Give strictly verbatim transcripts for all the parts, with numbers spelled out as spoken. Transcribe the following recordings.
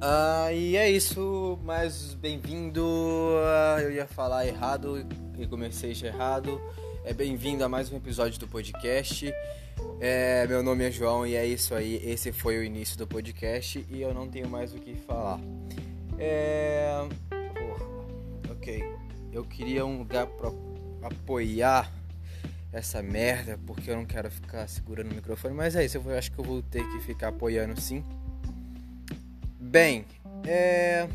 Ah, e é isso, mas bem-vindo. ah, Eu ia falar errado e comecei já errado. É bem-vindo a mais um episódio do podcast. É, meu nome é João e é isso aí. Esse foi o início do podcast e eu não tenho mais o que falar. É. Porra, ok. Eu queria um lugar pra apoiar essa merda porque eu não quero ficar segurando o microfone, mas é isso. Eu acho que eu vou ter que ficar apoiando sim. Bem, é...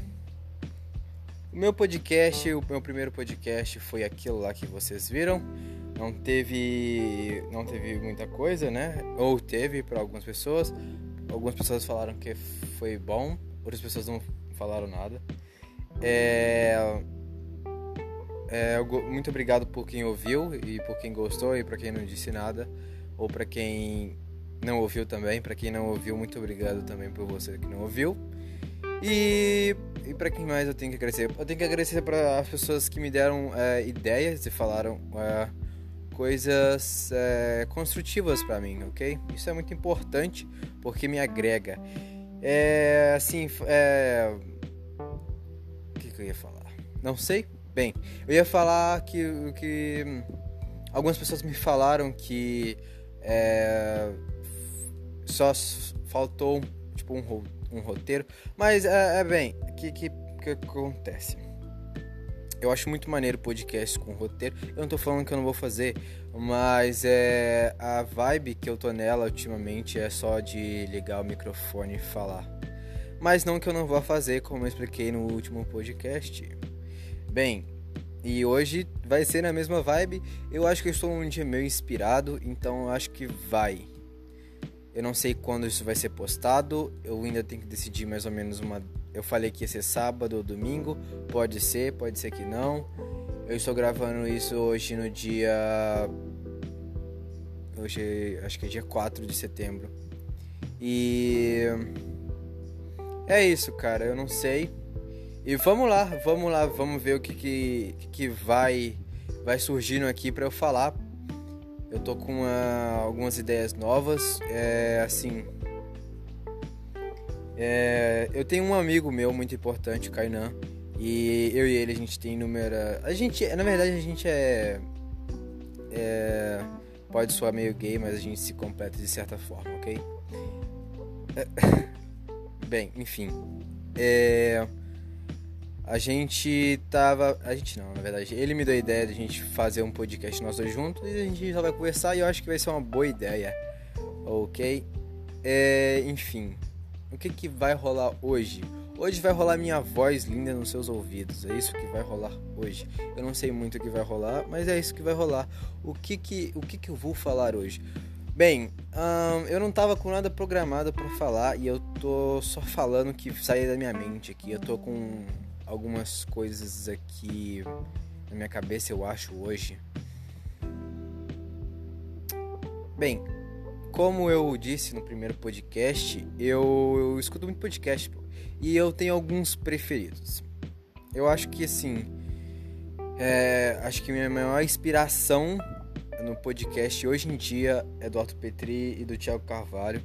o meu podcast, o meu primeiro podcast foi aquilo lá que vocês viram. Não teve, não teve muita coisa, né? Ou teve para algumas pessoas. Algumas pessoas falaram que foi bom, outras pessoas não falaram nada. É... É... Muito obrigado por quem ouviu e por quem gostou e para quem não disse nada. Ou para quem não ouviu também. Para quem não ouviu, muito obrigado também por você que não ouviu. E, e para quem mais eu tenho que agradecer? Eu tenho que agradecer para as pessoas que me deram é, ideias e falaram é, coisas é, construtivas para mim, ok? Isso é muito importante porque me agrega. É, assim, é... o que, que eu ia falar? Não sei. Bem, eu ia falar que, que algumas pessoas me falaram que é, só faltou tipo um rolo. um roteiro, mas é, é bem, o que, que, que acontece? Eu acho muito maneiro podcast com roteiro. Eu não tô falando que eu não vou fazer, mas é a vibe que eu tô nela ultimamente é só de ligar o microfone e falar. Mas não que eu não vá fazer, como eu expliquei no último podcast. Bem, e hoje vai ser na mesma vibe. Eu acho que eu estou num dia meio inspirado, então eu acho que vai. Eu não sei quando isso vai ser postado. Eu ainda tenho que decidir mais ou menos uma... Eu falei que ia ser sábado ou domingo. Pode ser, pode ser que não. Eu estou gravando isso hoje no dia... Hoje acho que é dia quatro de setembro. E... é isso, cara. Eu não sei. E vamos lá, vamos lá. Vamos ver o que, que, que vai, vai surgindo aqui pra eu falar. Eu tô com uma, algumas ideias novas, é, assim, é, eu tenho um amigo meu muito importante, o Kainan, e eu e ele, a gente tem inúmera, a gente, na verdade a gente é, é, pode soar meio gay, mas a gente se completa de certa forma, ok? É, bem, enfim, é... A gente tava... A gente não, na verdade. Ele me deu a ideia de a gente fazer um podcast nós dois juntos. E a gente só vai conversar e eu acho que vai ser uma boa ideia. Ok? É, enfim. O que que vai rolar hoje? Hoje vai rolar minha voz linda nos seus ouvidos. É isso que vai rolar hoje. Eu não sei muito o que vai rolar, mas é isso que vai rolar. O que que, o que, que eu vou falar hoje? Bem, hum, eu não tava com nada programado pra falar. E eu tô só falando que saiu da minha mente aqui. Eu tô com... algumas coisas aqui na minha cabeça, eu acho, hoje. Bem, como eu disse no primeiro podcast, eu, eu escuto muito podcast e eu tenho alguns preferidos. Eu acho que, assim, é, acho que minha maior inspiração no podcast hoje em dia é do Arthur Petri e do Thiago Carvalho.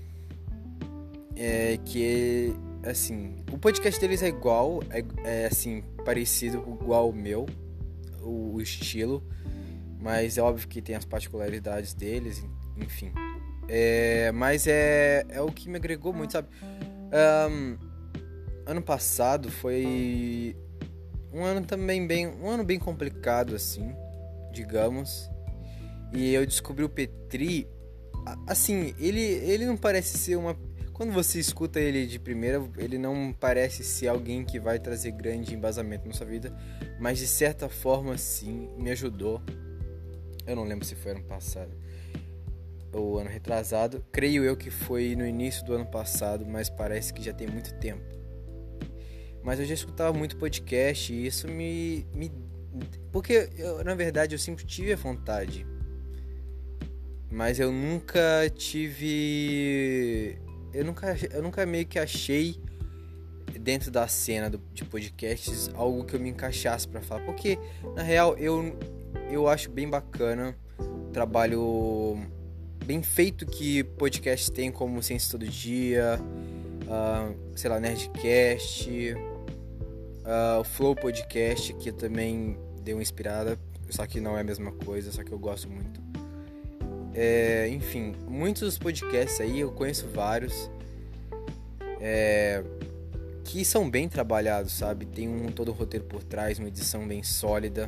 É que... assim, o podcast deles é igual, é, é assim, parecido, igual ao meu, o, o estilo, mas é óbvio que tem as particularidades deles, enfim. É, mas é, é o que me agregou muito, sabe? Um, ano passado foi um ano também bem, um ano bem complicado, assim, digamos, e eu descobri o Petri, assim, ele, ele não parece ser uma... Quando você escuta ele de primeira, ele não parece ser alguém que vai trazer grande embasamento na sua vida, mas de certa forma sim, me ajudou. Eu não lembro se foi ano passado ou ano retrasado, creio eu que foi no início do ano passado, mas parece que já tem muito tempo. Mas eu já escutava muito podcast e isso me... me... porque eu, na verdade eu sempre tive a vontade, mas eu nunca tive... Eu nunca, eu nunca meio que achei dentro da cena do, de podcasts algo que eu me encaixasse pra falar. Porque, na real, eu, eu acho bem bacana o trabalho bem feito que podcasts tem, como Ciência Todo Dia, uh, sei lá, Nerdcast, uh, o Flow Podcast, que também deu uma inspirada, só que não é a mesma coisa, só que eu gosto muito. É, enfim, muitos podcasts aí, eu conheço vários, é, que são bem trabalhados, sabe? Tem um todo um roteiro por trás, uma edição bem sólida.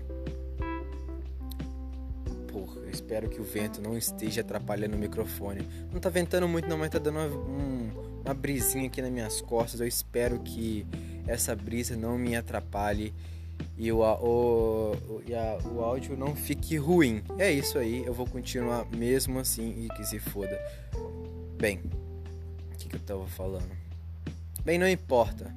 Porra, eu espero que o vento não esteja atrapalhando o microfone. Não tá ventando muito não, mas tá dando uma, um, uma brisinha aqui nas minhas costas. Eu espero que essa brisa não me atrapalhe e o, o, o, e a, o áudio não fique ruim. É isso aí, eu vou continuar mesmo assim e que se foda. Bem, o que, que eu tava falando? Bem, não importa.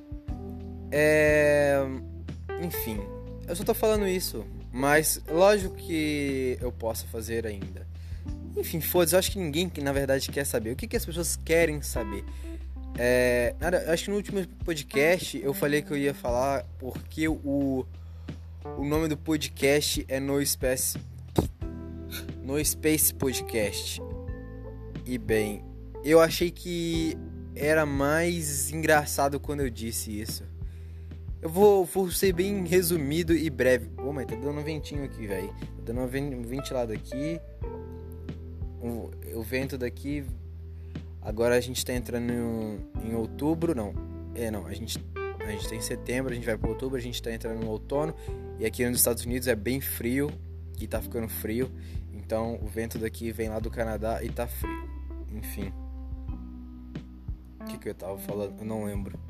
É... Enfim, eu só tô falando isso, mas lógico que eu posso fazer ainda. Enfim, foda-se, eu acho que ninguém na verdade quer saber. O que, que as pessoas querem saber? É... Nada, acho que no último podcast eu falei que eu ia falar porque o, o nome do podcast é No Space, No Space Podcast. E bem, eu achei que era mais engraçado quando eu disse isso. Eu vou, vou ser bem resumido e breve. Ô, mas tá dando um ventinho aqui, velho. Tá dando um ventilado aqui. O, o vento daqui. Agora a gente tá entrando em, em outubro. Não. É, não. A gente, a gente tá em setembro, a gente vai pra outubro, a gente tá entrando no outono. E aqui nos Estados Unidos é bem frio. E tá ficando frio. Então o vento daqui vem lá do Canadá e tá frio. Enfim. O que, que eu tava falando? Eu não lembro.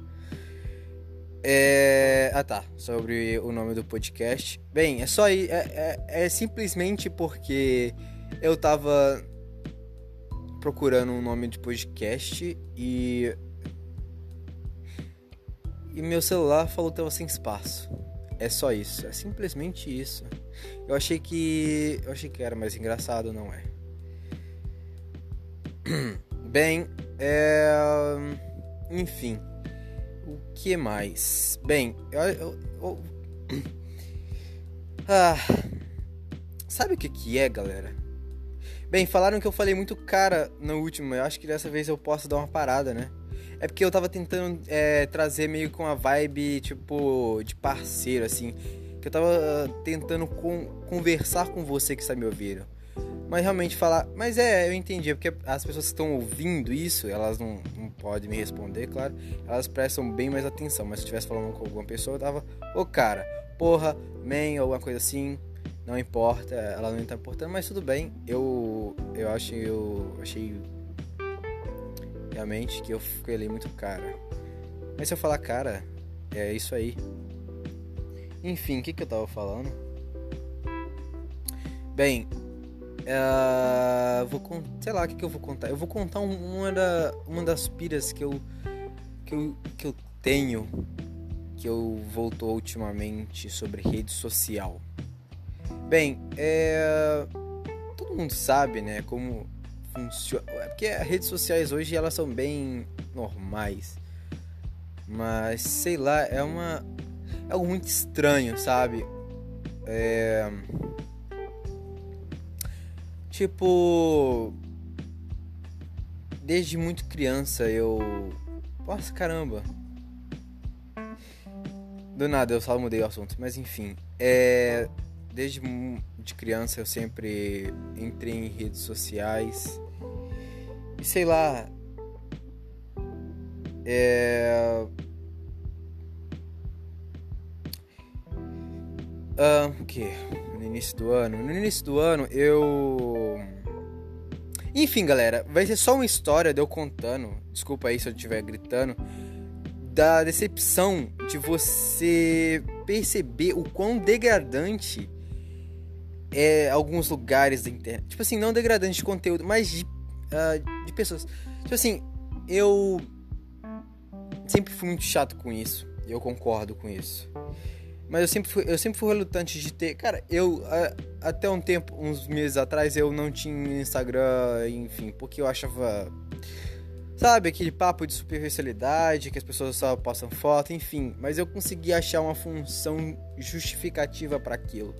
É... Ah tá, sobre o nome do podcast. Bem, é só aí. É, é, é simplesmente porque eu tava procurando um nome de podcast e. E meu celular falou que tava sem espaço. É só isso, é simplesmente isso. Eu achei que. Eu achei que era mais engraçado, não é? Bem, é... enfim, o que mais? Bem, eu, eu, eu... Ah, sabe o que que é, galera? Bem, falaram que eu falei muito cara no último, eu acho que dessa vez eu posso dar uma parada, né? É porque eu tava tentando é, trazer meio com uma vibe, tipo, de parceiro, assim. Que eu tava uh, tentando com, conversar com você que está me ouvindo. Mas realmente falar... Mas é, eu entendi. É porque as pessoas que estão ouvindo isso, elas não, não podem me responder, claro. Elas prestam bem mais atenção. Mas se eu estivesse falando com alguma pessoa, eu tava... Ô, cara, porra, man, ou alguma coisa assim. Não importa, ela não tá importando, mas tudo bem. Eu... Eu achei... Eu achei... Realmente que eu fiquei muito cara. Mas se eu falar cara, é isso aí. Enfim, o que que eu tava falando? Bem... Uh, vou contar, sei lá o que, que eu vou contar. Eu vou contar um, uma, da, uma das piras que eu, que eu que eu tenho, que eu voltou ultimamente sobre rede social. Bem, é, todo mundo sabe, né, como funciona. Porque as redes sociais hoje elas são bem normais, mas sei lá, é uma é algo muito estranho, sabe? É Tipo, desde muito criança eu... Nossa, caramba. Do nada, eu só mudei o assunto. Mas enfim, é... Desde de criança eu sempre entrei em redes sociais. E sei lá... É... Ah, o que? No início do ano? No início do ano, eu... Enfim, galera, vai ser só uma história de eu contando, desculpa aí se eu estiver gritando, da decepção de você perceber o quão degradante é alguns lugares da internet. Tipo assim, não degradante de conteúdo, mas de, uh, de pessoas. Tipo assim, eu sempre fui muito chato com isso, e eu concordo com isso. Mas eu sempre fui, eu sempre fui relutante de ter... Cara, eu... A, até um tempo, uns meses atrás, eu não tinha Instagram, enfim, porque eu achava... Sabe, aquele papo de superficialidade, que as pessoas só postam foto, enfim. Mas eu consegui achar uma função justificativa para aquilo.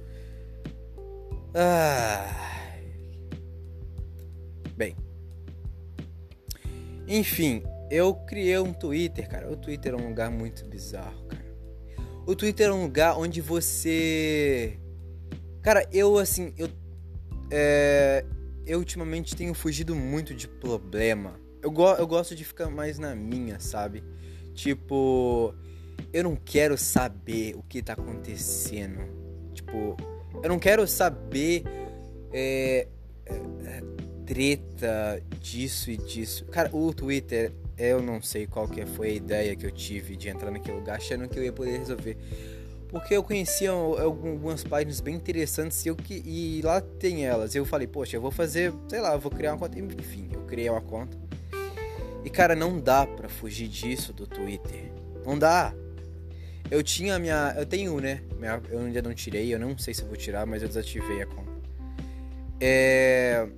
Ah... Bem... Enfim, eu criei um Twitter, cara. O Twitter é um lugar muito bizarro, cara. O Twitter é um lugar onde você... Cara, eu, assim, eu... É... Eu ultimamente tenho fugido muito de problema. Eu, go- eu gosto de ficar mais na minha, sabe? Tipo... Eu não quero saber o que tá acontecendo. Tipo... Eu não quero saber... É... é treta disso e disso. Cara, o Twitter... Eu não sei qual que foi a ideia que eu tive de entrar naquele lugar achando que eu ia poder resolver. Porque eu conhecia algumas páginas bem interessantes e, eu, e lá tem elas. Eu falei, poxa, eu vou fazer, sei lá, eu vou criar uma conta. Enfim, eu criei uma conta. E cara, não dá pra fugir disso do Twitter. Não dá. Eu tinha a minha... Eu tenho, né? Minha, eu ainda não tirei, eu não sei se eu vou tirar, mas eu desativei a conta. É...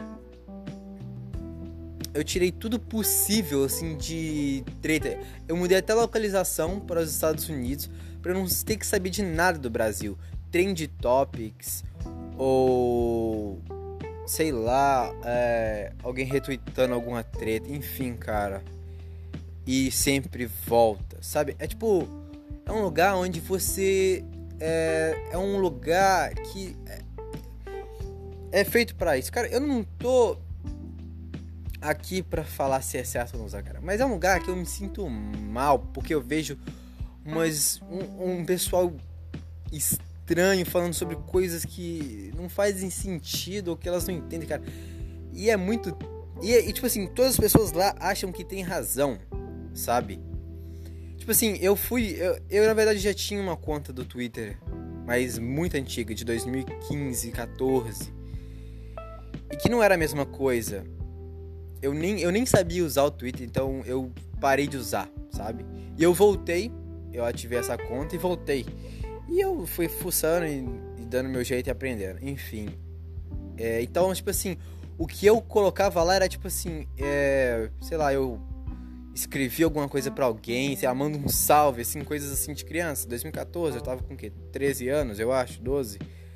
Eu tirei tudo possível, assim, de treta. Eu mudei até a localização para os Estados Unidos para eu não ter que saber de nada do Brasil. Trend Topics ou... sei lá, é, alguém retweetando alguma treta. Enfim, cara. E sempre volta, sabe? É tipo... É um lugar onde você... É, é um lugar que... É, é feito pra isso. Cara, eu não tô... aqui pra falar se é certo ou não usar, cara. Mas é um lugar que eu me sinto mal, porque eu vejo umas, um, um pessoal estranho falando sobre coisas que não fazem sentido ou que elas não entendem, cara. E é muito... E, e tipo assim, todas as pessoas lá acham que tem razão, sabe? Tipo assim, eu fui... Eu, eu na verdade já tinha uma conta do Twitter, mas muito antiga, de dois mil e quinze, catorze. E que não era a mesma coisa. Eu nem, eu nem sabia usar o Twitter, então eu parei de usar, sabe? E eu voltei, eu ativei essa conta e voltei. E eu fui fuçando e, e dando meu jeito e aprendendo. Enfim. É, então, tipo assim, o que eu colocava lá era tipo assim, é, sei lá, eu escrevi alguma coisa pra alguém, sei lá, manda um salve, assim, coisas assim de criança. dois mil e catorze, eu tava com o quê? treze anos, eu acho, doze.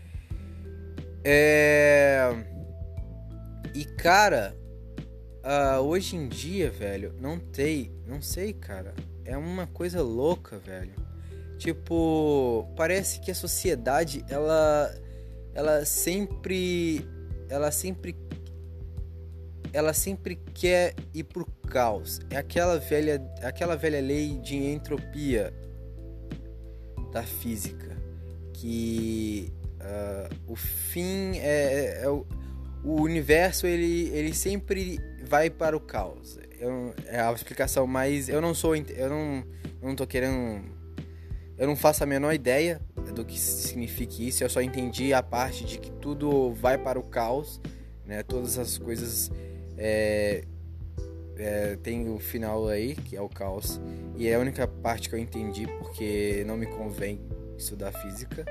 É... E, cara... Uh, hoje em dia, velho, não tem, não sei, cara, é uma coisa louca, velho. Tipo, parece que a sociedade, ela, ela sempre, ela sempre, ela sempre quer ir pro caos. É aquela velha, aquela velha lei de entropia da física, que uh, o fim é, é, é o, o universo, ele, ele sempre vai para o caos. Eu, é a explicação mais... Eu não sou... Eu não, eu não tô querendo... Eu não faço a menor ideia do que significa isso. Eu só entendi a parte de que tudo vai para o caos, né? Todas as coisas... É, é, tem o final aí, que é o caos. E é a única parte que eu entendi, porque não me convém estudar física.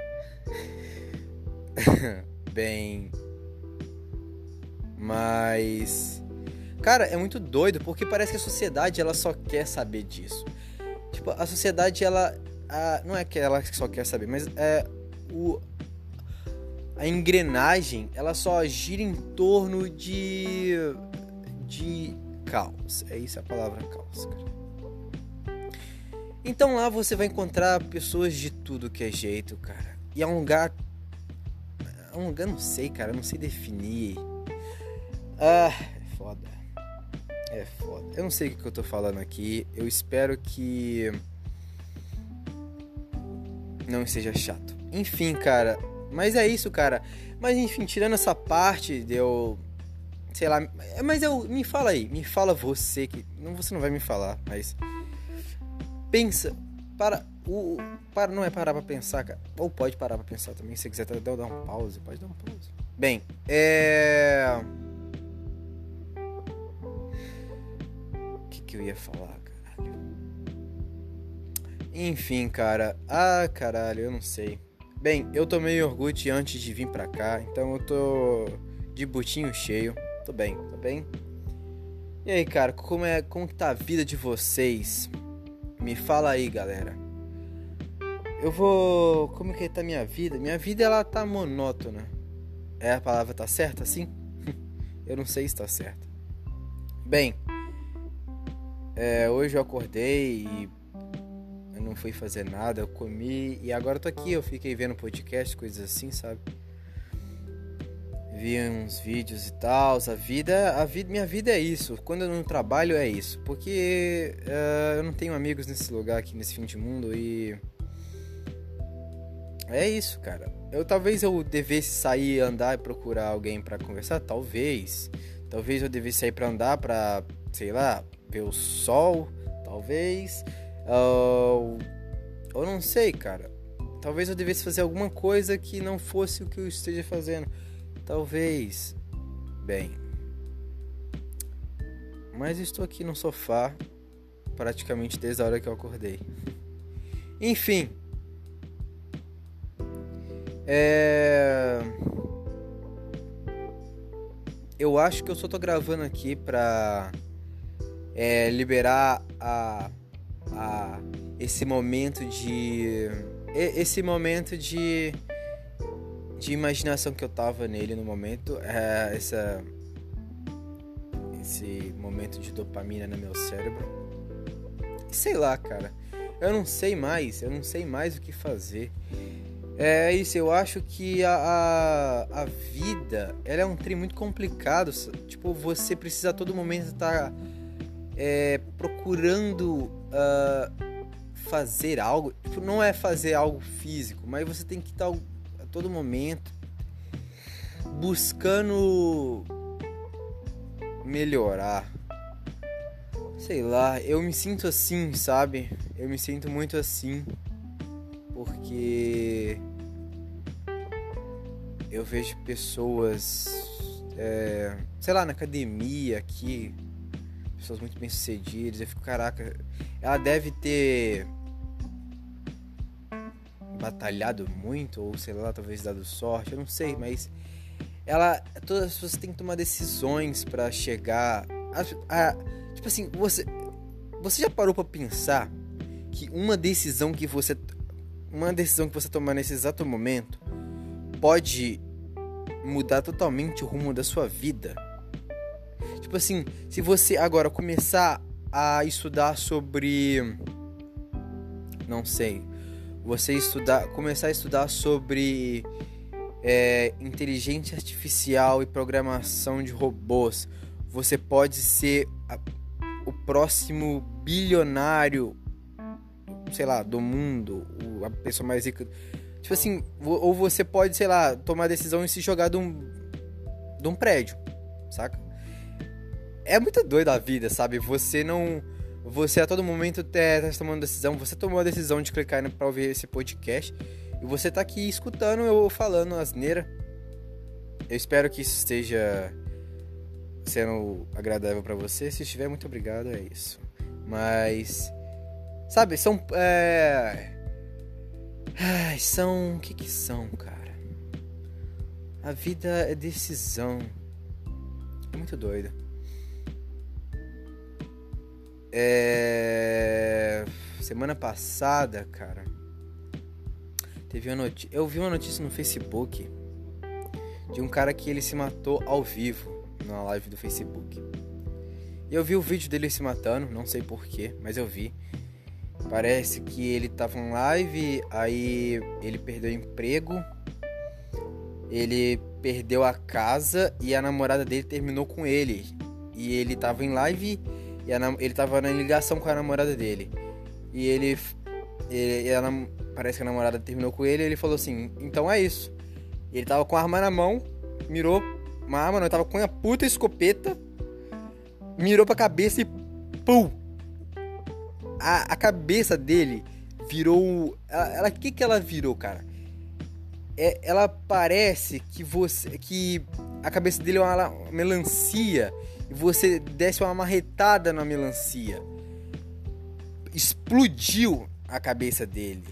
Bem... Mas... Cara, é muito doido, porque parece que a sociedade, ela só quer saber disso. Tipo, a sociedade, ela... A, não é que ela só quer saber, mas é... O, a engrenagem, ela só gira em torno de... De caos. É isso a palavra, caos, cara. Então lá você vai encontrar pessoas de tudo que é jeito, cara. E é um lugar... É um lugar, não sei, cara, não sei definir. Ah, é foda. É foda. Eu não sei o que eu tô falando aqui. Eu espero que não esteja chato. Enfim, cara. Mas é isso, cara. Mas enfim, tirando essa parte de eu... Sei lá. Mas eu... Me fala aí. Me fala você que... Não, você não vai me falar, mas... Pensa. Para... O... Para... Não é parar pra pensar, cara. Ou pode parar pra pensar também. Se você quiser dar um pause. Pode dar um pause. Bem, é... que eu ia falar, caralho. Enfim, cara. Ah, caralho, eu não sei. Bem, eu tomei iogurte antes de vir pra cá, então eu tô de butinho cheio. Tô bem, tô bem. E aí, cara, como é, como que tá a vida de vocês? Me fala aí, galera. Eu vou... Como que tá a minha vida? Minha vida, ela tá monótona. É, a palavra tá certa, assim? Eu não sei se tá certa. Bem... É, hoje eu acordei e eu não fui fazer nada, eu comi e agora eu tô aqui, eu fiquei vendo podcast, coisas assim, sabe? Vi uns vídeos e tal, a vida, a vida, minha vida é isso, quando eu não trabalho é isso, porque uh, eu não tenho amigos nesse lugar aqui, nesse fim de mundo e... É isso, cara. Eu talvez eu devesse sair, andar e procurar alguém pra conversar, talvez. Talvez eu devesse sair pra andar, pra, sei lá, ver o sol, talvez. Uh, eu não sei, cara. Talvez eu devesse fazer alguma coisa que não fosse o que eu esteja fazendo. Talvez. Bem. Mas estou aqui no sofá praticamente desde a hora que eu acordei. Enfim. É... Eu acho que eu só tô gravando aqui pra é, liberar a, a, esse momento de... Esse momento de... De imaginação que eu tava nele no momento. É, essa, esse momento de dopamina no meu cérebro. E sei lá, cara. Eu não sei mais. Eu não sei mais o que fazer. É isso, eu acho que a, a, a vida, ela é um trem muito complicado. Tipo, você precisa a todo momento estar é, procurando uh, fazer algo. Tipo, não é fazer algo físico, mas você tem que estar a todo momento buscando melhorar. Sei lá, eu me sinto assim, sabe? Eu me sinto muito assim. Porque eu vejo pessoas, é, sei lá, na academia aqui, pessoas muito bem sucedidas, eu fico, caraca, ela deve ter batalhado muito, ou sei lá, talvez dado sorte, eu não sei, mas ela, todas as pessoas têm que tomar decisões pra chegar a, a, tipo assim, você, você já parou pra pensar que uma decisão que você Uma decisão que você tomar nesse exato momento pode mudar totalmente o rumo da sua vida? Tipo assim, se você agora começar a estudar sobre... Não sei. Você estudar, começar a estudar sobre é, inteligência artificial e programação de robôs. Você pode ser a, o próximo bilionário, sei lá, do mundo, a pessoa mais rica. Tipo assim, ou você pode, sei lá, tomar a decisão e se jogar de um, de um prédio, saca? É muito doido a vida, sabe? Você não... Você a todo momento tá, tá tomando decisão. Você tomou a decisão de clicar pra ouvir esse podcast e você tá aqui escutando eu falando asneira. Eu espero que isso esteja sendo agradável pra você. Se estiver, muito obrigado, é isso. Mas... Sabe, são... É... Ai, são... O que que são, cara? A vida é decisão. É muito doida. É... Semana passada, cara, teve uma notícia... Eu vi uma notícia no Facebook de um cara que ele se matou ao vivo na live do Facebook. E eu vi o vídeo dele se matando, não sei porquê, mas eu vi. Parece que ele tava em live, aí ele perdeu o emprego, ele perdeu a casa e a namorada dele terminou com ele. E ele tava em live e a, ele tava na ligação com a namorada dele. E ele, ele e a, parece que a namorada terminou com ele e ele falou assim, então é isso. E ele tava com a arma na mão, mirou uma arma, não, ele tava com a puta escopeta, mirou pra cabeça e pum! A, a cabeça dele virou... Ela, o que que ela virou, cara? É, ela parece que você... Que a cabeça dele é uma, uma melancia e você desce uma marretada na melancia. Explodiu a cabeça dele.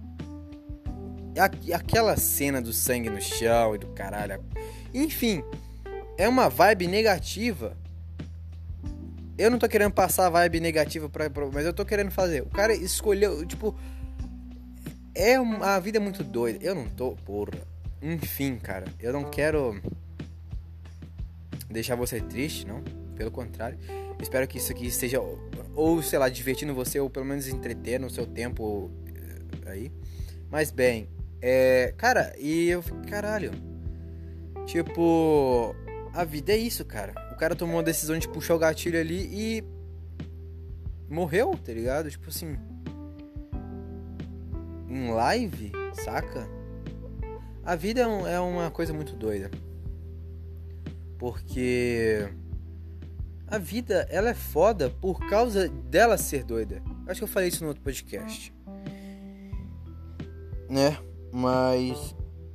A, aquela cena do sangue no chão e do caralho. Enfim, é uma vibe negativa. Eu não tô querendo passar a vibe negativa pra, pra... Mas eu tô querendo fazer. O cara escolheu, tipo... É uma, a vida é muito doida. Eu não tô... Porra. Enfim, cara. Eu não quero... deixar você triste, não. Pelo contrário. Espero que isso aqui esteja ou sei lá, divertindo você, ou pelo menos entretendo o seu tempo aí. Mas bem, é, cara, e eu fico, caralho, tipo, a vida é isso, cara. O cara tomou a decisão de puxar o gatilho ali e morreu, tá ligado? Tipo assim, em live, saca? A vida é, um, é uma coisa muito doida. Porque a vida, ela é foda por causa dela ser doida. Acho que eu falei isso no outro podcast. Né? Mas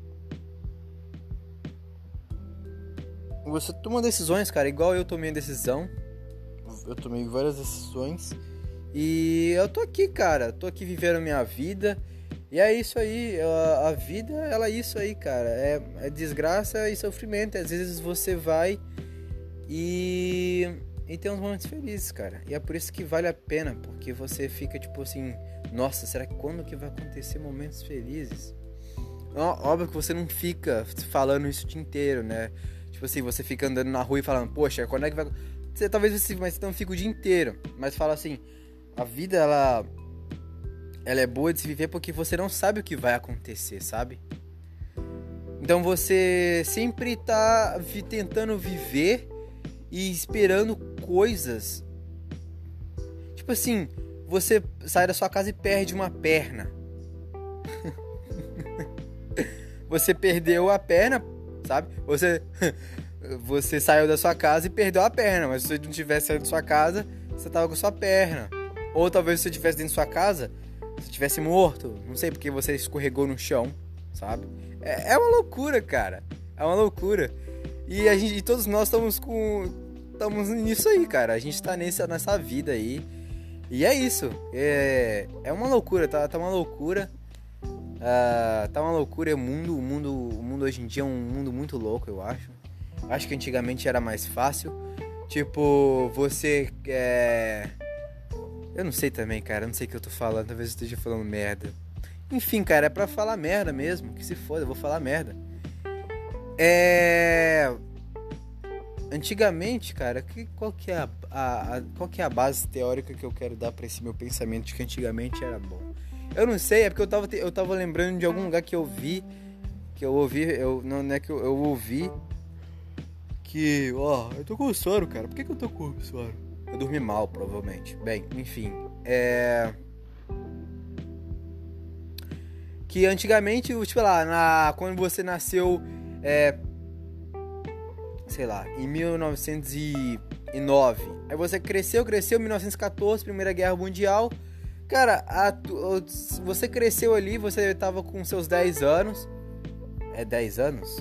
você toma decisões, cara, igual eu tomei a decisão. Eu tomei várias decisões. E eu tô aqui, cara. Tô aqui vivendo a minha vida. E é isso aí. A, a vida, ela é isso aí, cara. É, é desgraça e sofrimento. Às vezes você vai e, e tem uns momentos felizes, cara. E é por isso que vale a pena. Porque você fica tipo assim... Nossa, será que quando que vai acontecer momentos felizes? Óbvio que você não fica falando isso o dia inteiro, né? Tipo assim, você fica andando na rua e falando, poxa, quando é que vai... Você, talvez você, mas você não fica o dia inteiro. Mas fala assim, a vida, ela... Ela é boa de se viver porque você não sabe o que vai acontecer, sabe? Então você sempre tá tentando viver e esperando coisas. Tipo assim, você sai da sua casa e perde uma perna. Você perdeu a perna, sabe? Você, você saiu da sua casa e perdeu a perna, mas se você não tivesse saído da sua casa, você tava com a sua perna. Ou talvez se você estivesse dentro da sua casa, se tivesse morto, não sei, porque você escorregou no chão, sabe? É, é uma loucura, cara. É uma loucura. E, a gente, e todos nós estamos com... Estamos nisso aí, cara. A gente tá nessa, nessa vida aí. E é isso. É, é uma loucura, tá, tá uma loucura. Uh, tá uma loucura. O mundo, o, mundo, o mundo hoje em dia é um mundo muito louco, eu acho. Acho que antigamente era mais fácil. Tipo, você... É... Eu não sei também, cara. Eu não sei o que eu tô falando. Talvez eu esteja falando merda. Enfim, cara, é pra falar merda mesmo. Que se foda, eu vou falar merda. É... Antigamente, cara, que, qual, que é a, a, a, qual que é a base teórica que eu quero dar pra esse meu pensamento de que antigamente era bom? Eu não sei, é porque eu tava, eu tava lembrando de algum lugar que eu vi. Que eu ouvi, eu, não, não é que eu, eu ouvi. Que, ó, eu tô com sono, cara. Por que, que eu tô com sono? Eu dormi mal, provavelmente. Bem, enfim. É... Que antigamente, tipo lá, na... quando você nasceu, é... sei lá, em mil novecentos e nove. Aí você cresceu, cresceu, mil novecentos e catorze, Primeira Guerra Mundial. Cara, a... você cresceu ali, você tava com seus dez anos. É dez anos?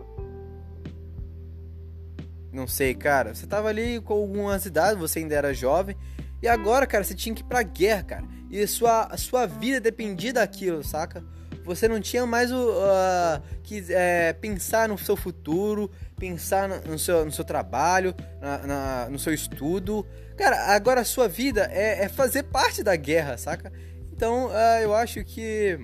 Não sei, cara. Você tava ali com algumas idades, você ainda era jovem. E agora, cara, você tinha que ir pra guerra, cara. E sua, a sua vida dependia daquilo, saca? Você não tinha mais o uh, que é, pensar no seu futuro, pensar no seu, no seu trabalho, na, na, no seu estudo. Cara, agora a sua vida é, é fazer parte da guerra, saca? Então, uh, eu acho que...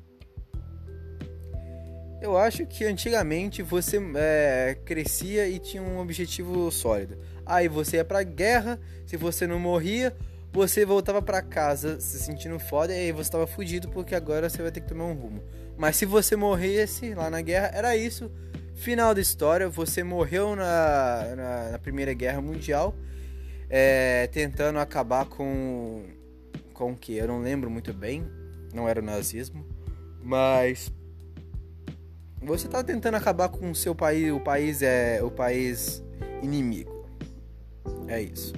Eu acho que antigamente você é, crescia e tinha um objetivo sólido. Aí você ia pra guerra, se você não morria, você voltava pra casa se sentindo foda e aí você tava fudido porque agora você vai ter que tomar um rumo. Mas se você morresse lá na guerra, era isso. Final da história, você morreu na, na, na Primeira Guerra Mundial, é, tentando acabar com... Com o que? Eu não lembro muito bem, não era o nazismo, mas... Você tá tentando acabar com o seu país, o país é o país inimigo. É isso.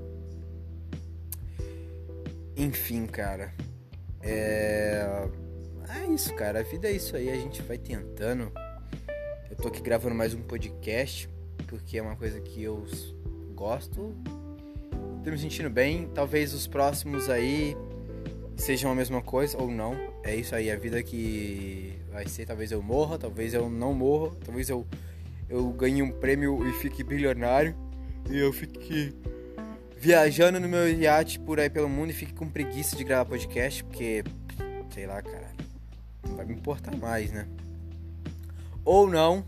Enfim, cara. É... É isso, cara. A vida é isso aí. A gente vai tentando. Eu tô aqui gravando mais um podcast, porque é uma coisa que eu gosto. Tô me sentindo bem. Talvez os próximos aí sejam a mesma coisa ou não. É isso aí. A vida que... vai ser, talvez eu morra, talvez eu não morra, talvez eu, eu ganhe um prêmio e fique bilionário e eu fique viajando no meu iate por aí pelo mundo e fique com preguiça de gravar podcast, porque, sei lá, cara, não vai me importar mais, né? Ou não,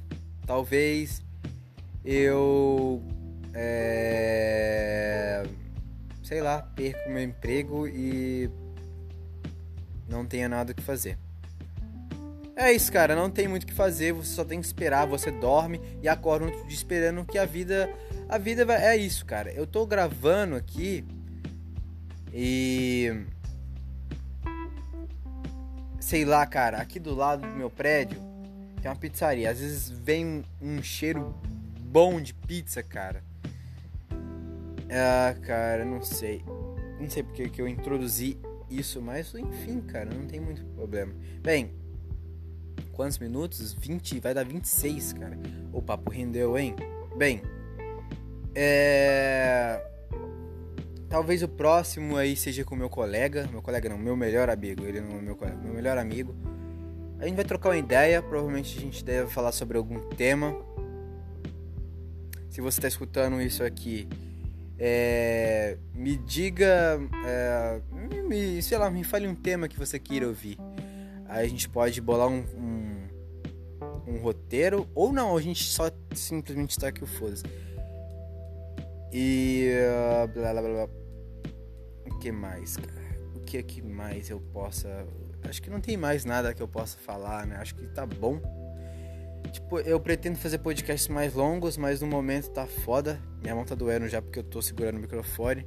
talvez eu é, sei lá, perco meu emprego e não tenha nada o que fazer. É isso, cara, não tem muito o que fazer, você só tem que esperar, você dorme e acorda outro dia esperando que a vida, a vida vai, é isso, cara. Eu tô gravando aqui e sei lá, cara, aqui do lado do meu prédio tem uma pizzaria. Às vezes vem um cheiro bom de pizza, cara. Ah, cara, não sei. Não sei porque que eu introduzi isso, mas enfim, cara, não tem muito problema. Bem, quantos minutos? vinte, vai dar vinte e seis, cara. O papo rendeu, hein? Bem, é... talvez o próximo aí seja com o meu colega. Meu colega não, meu melhor amigo. Ele não é meu colega, meu melhor amigo. A gente vai trocar uma ideia. Provavelmente a gente deve falar sobre algum tema. Se você tá escutando isso aqui, é... me diga, é... me, sei lá, me fale um tema que você queira ouvir. Aí a gente pode bolar um, um, um roteiro, ou não, a gente só simplesmente tá aqui o foda-se. E uh, blá, blá, blá. O que mais, cara? O que é que mais eu possa... Acho que não tem mais nada que eu possa falar, né? Acho que tá bom. Tipo, eu pretendo fazer podcasts mais longos, mas no momento tá foda. Minha mão tá doendo já porque eu tô segurando o microfone.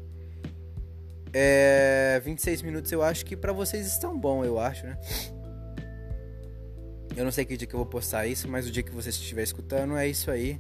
É... vinte e seis minutos eu acho que pra vocês estão bom, eu acho, né? Eu não sei que dia que eu vou postar isso, mas o dia que você estiver escutando é isso aí.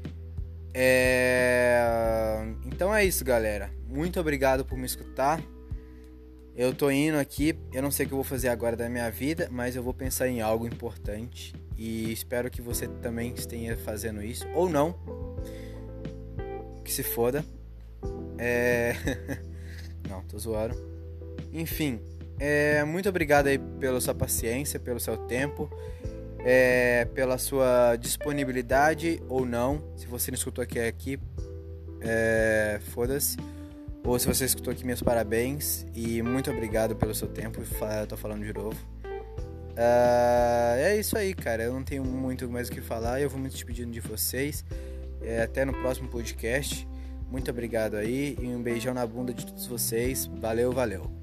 É... Então é isso, galera. Muito obrigado por me escutar. Eu tô indo aqui. Eu não sei o que eu vou fazer agora da minha vida, mas eu vou pensar em algo importante. E espero que você também esteja fazendo isso. Ou não. Que se foda. É... Não, tô zoando. Enfim. É... Muito obrigado aí pela sua paciência, pelo seu tempo. É, pela sua disponibilidade ou não. Se você não escutou aqui, aqui é, foda-se. Ou se você escutou aqui, meus parabéns. E muito obrigado pelo seu tempo. Eu tô falando de novo. uh, É isso aí, cara. Eu não tenho muito mais o que falar. Eu vou me despedindo de vocês. é, Até no próximo podcast. Muito obrigado aí. E um beijão na bunda de todos vocês. Valeu, valeu.